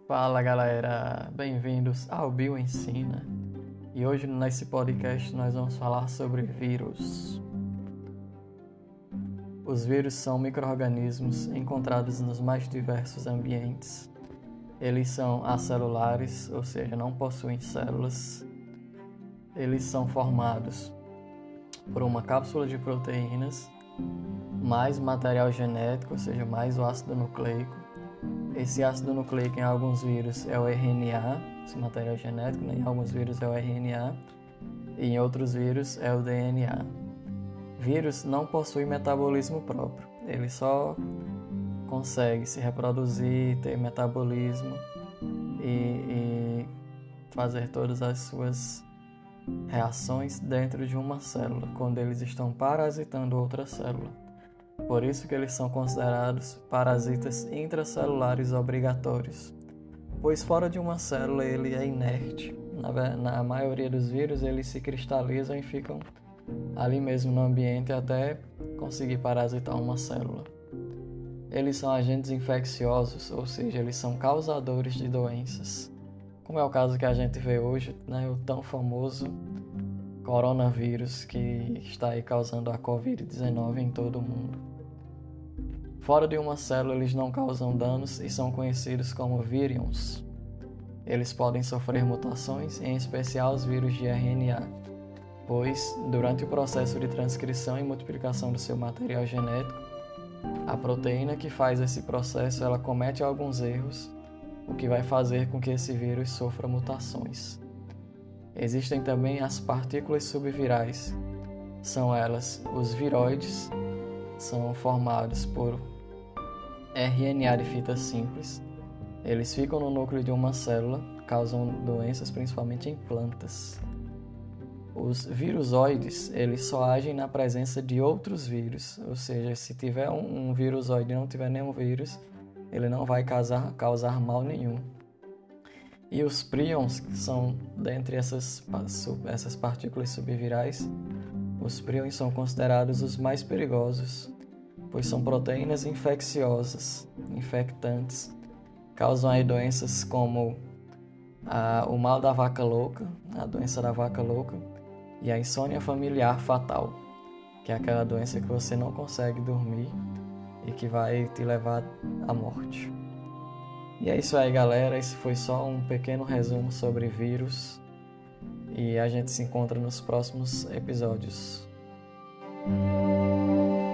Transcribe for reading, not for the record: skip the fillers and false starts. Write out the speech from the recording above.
Fala galera, bem-vindos ao Bio Ensina. E hoje nesse podcast nós vamos falar sobre vírus. Os vírus são micro-organismos encontrados nos mais diversos ambientes. Eles são acelulares, ou seja, não possuem células. Eles são formados por uma cápsula de proteínas, mais material genético, ou seja, mais o ácido nucleico. Esse ácido nucleico em alguns vírus é o RNA, esse material genético, né? Em alguns vírus é o RNA e em outros vírus é o DNA. Vírus não possui metabolismo próprio, ele só consegue se reproduzir, ter metabolismo e fazer todas as suas reações dentro de uma célula, quando eles estão parasitando outra célula. Por isso que eles são considerados parasitas intracelulares obrigatórios, pois fora de uma célula ele é inerte. Na maioria dos vírus eles se cristalizam e ficam ali mesmo no ambiente até conseguir parasitar uma célula. Eles são agentes infecciosos, ou seja, eles são causadores de doenças, como é o caso que a gente vê hoje, né, o tão famoso coronavírus que está aí causando a Covid-19 em todo o mundo. Fora de uma célula, eles não causam danos e são conhecidos como vírions. Eles podem sofrer mutações, em especial os vírus de RNA, pois, durante o processo de transcrição e multiplicação do seu material genético, a proteína que faz esse processo ela comete alguns erros, o que vai fazer com que esse vírus sofra mutações. Existem também as partículas subvirais. São elas os viroides, são formados por RNA de fita simples. Eles ficam no núcleo de uma célula, causam doenças principalmente em plantas. Os virusoides, eles só agem na presença de outros vírus, ou seja, se tiver um virusoide e não tiver nenhum vírus, ele não vai causar mal nenhum. E os prions, que são dentre essas partículas subvirais, os prions são considerados os mais perigosos, pois são proteínas infecciosas, infectantes, causam aí doenças como o mal da vaca louca, a doença da vaca louca, e a insônia familiar fatal, que é aquela doença que você não consegue dormir e que vai te levar à morte. E é isso aí, galera. Esse foi só um pequeno resumo sobre vírus e a gente se encontra nos próximos episódios.